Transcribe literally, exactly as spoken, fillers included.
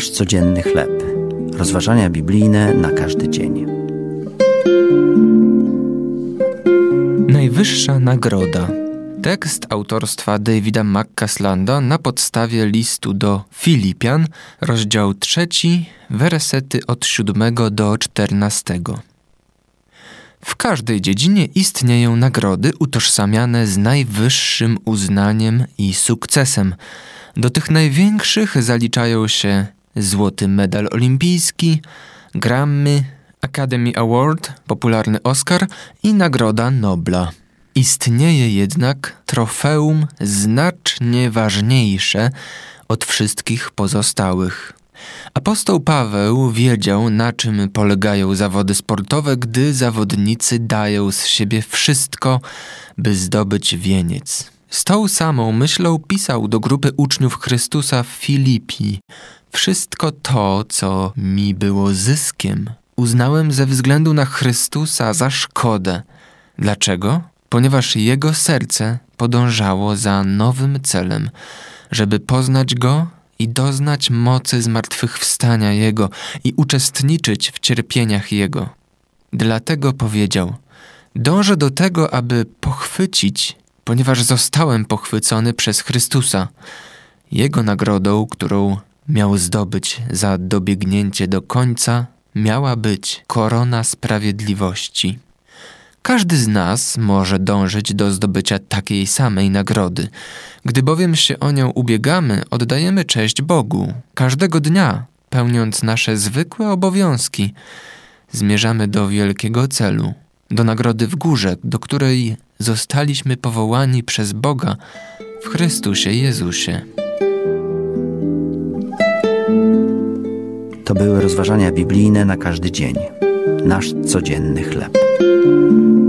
Nasz codzienny chleb. Rozważania biblijne na każdy dzień. Najwyższa nagroda. Tekst autorstwa Davida McCaslanda na podstawie listu do Filipian, rozdział trzeci, wersety od siódmego do czternastego. W każdej dziedzinie istnieją nagrody utożsamiane z najwyższym uznaniem i sukcesem. Do tych największych zaliczają się złoty medal olimpijski, Grammy, Academy Award, popularny Oscar i Nagroda Nobla. Istnieje jednak trofeum znacznie ważniejsze od wszystkich pozostałych. Apostoł Paweł wiedział, na czym polegają zawody sportowe, gdy zawodnicy dają z siebie wszystko, by zdobyć wieniec. Z tą samą myślą pisał do grupy uczniów Chrystusa w Filipii. Wszystko to, co mi było zyskiem, uznałem ze względu na Chrystusa za szkodę. Dlaczego? Ponieważ jego serce podążało za nowym celem, żeby poznać Go i doznać mocy zmartwychwstania Jego i uczestniczyć w cierpieniach Jego. Dlatego powiedział: dążę do tego, aby pochwycić, ponieważ zostałem pochwycony przez Chrystusa. Jego nagrodą, którą miał zdobyć za dobiegnięcie do końca, miała być korona sprawiedliwości. Każdy z nas może dążyć do zdobycia takiej samej nagrody. Gdy bowiem się o nią ubiegamy, oddajemy cześć Bogu. Każdego dnia, pełniąc nasze zwykłe obowiązki, zmierzamy do wielkiego celu, do nagrody w górze, do której zostaliśmy powołani przez Boga w Chrystusie Jezusie. To były rozważania biblijne na każdy dzień. Nasz codzienny chleb.